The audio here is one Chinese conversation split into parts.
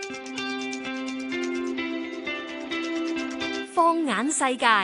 放眼世界，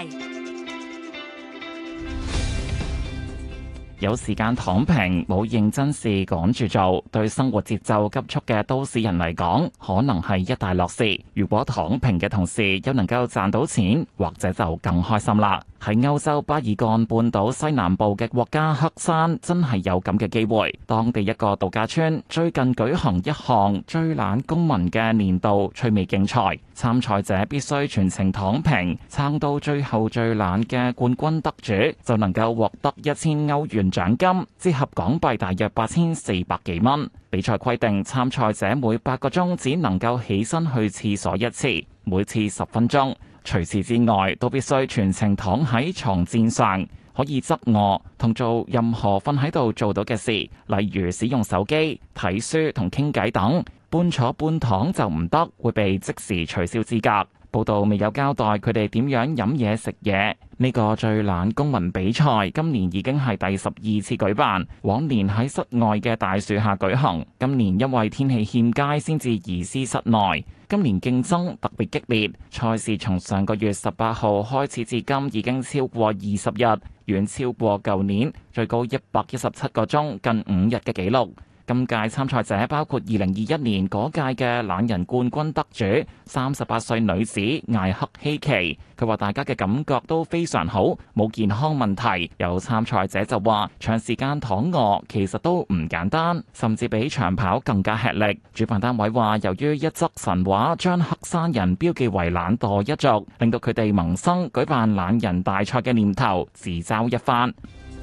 有時間躺平，冇認真事趕住做，對生活節奏急速嘅都市人嚟講，可能係一大樂事。如果躺平嘅同時又能夠賺到錢，或者就更開心啦。喺歐洲巴爾幹半島西南部嘅國家黑山，真係有咁嘅機會。當地一個度假村最近舉行一項最懶公民嘅年度趣味競賽，參賽者必須全程躺平，撐到最後最懶嘅冠軍得主就能夠獲得1000歐元獎金，折合港幣大約8400幾蚊。比賽規定參賽者每8個鐘只能夠起身去廁所一次，每次10分鐘。除此之外，都必須全程躺喺床墊上，可以側臥同做任何瞓喺度做到嘅事，例如使用手機、睇書同傾偈等。半坐半躺就唔得，會被即時取消資格。報道未有交代佢哋點樣飲嘢食嘢。呢個最懶公民比賽今年已經係第12次舉辦，往年喺室外嘅大樹下舉行，今年因為天氣欠佳先至移師室內。今年競爭特別激烈，賽事從上個月18號開始至今已經超過20日，遠超過舊年最高117個鐘近5日嘅紀錄。今屆參賽者包括2021年嗰屆嘅懶人冠軍得主38歲女子艾克希奇，佢話大家嘅感覺都非常好，冇健康問題。有參賽者就話長時間躺臥其實都唔簡單，甚至比長跑更加吃力。主辦單位話，由於一則神話將黑山人標記為懶惰一族，令到佢哋萌生舉辦懶人大賽嘅念頭，自嘲一番。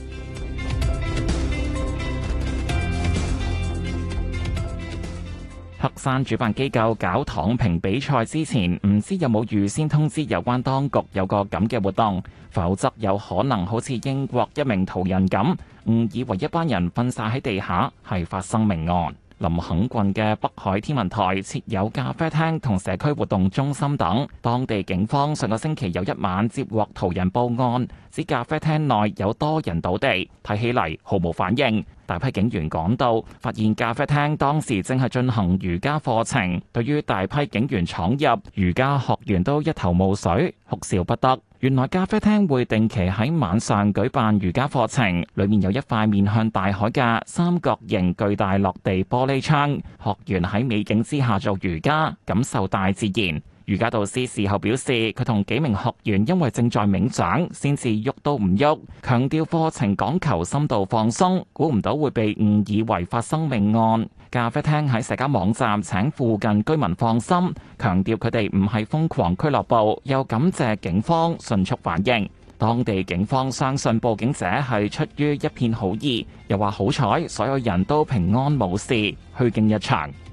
黑山主辦機構搞躺平比賽之前，唔知有冇預先通知有關當局有個咁嘅活動，否則有可能好似英國一名途人咁，誤以為一班人瞓晒喺地下係發生命案。林肯郡嘅北海天文台設有咖啡廳同社區活動中心等，當地警方上個星期有一晚接獲途人報案，指咖啡廳內有多人倒地，睇起嚟毫無反應。大批警員趕到，發現咖啡廳當時正係進行瑜伽課程。對於大批警員闖入，瑜伽學員都一頭霧水，哭笑不得。原來咖啡廳會定期喺晚上舉辦瑜伽課程，裏面有一塊面向大海嘅三角形巨大落地玻璃窗，學員喺美景之下做瑜伽，感受大自然。瑜伽導師事後表示，佢同幾名學員因為正在冥想，先至喐都唔喐，強調課程講求深度放鬆，估唔到會被誤以為發生命案。咖啡廳喺社交網站請附近居民放心，強調佢哋唔係瘋狂俱樂部，又感謝警方迅速反應。當地警方相信報警者係出於一片好意，又話好彩所有人都平安無事，虛驚一場。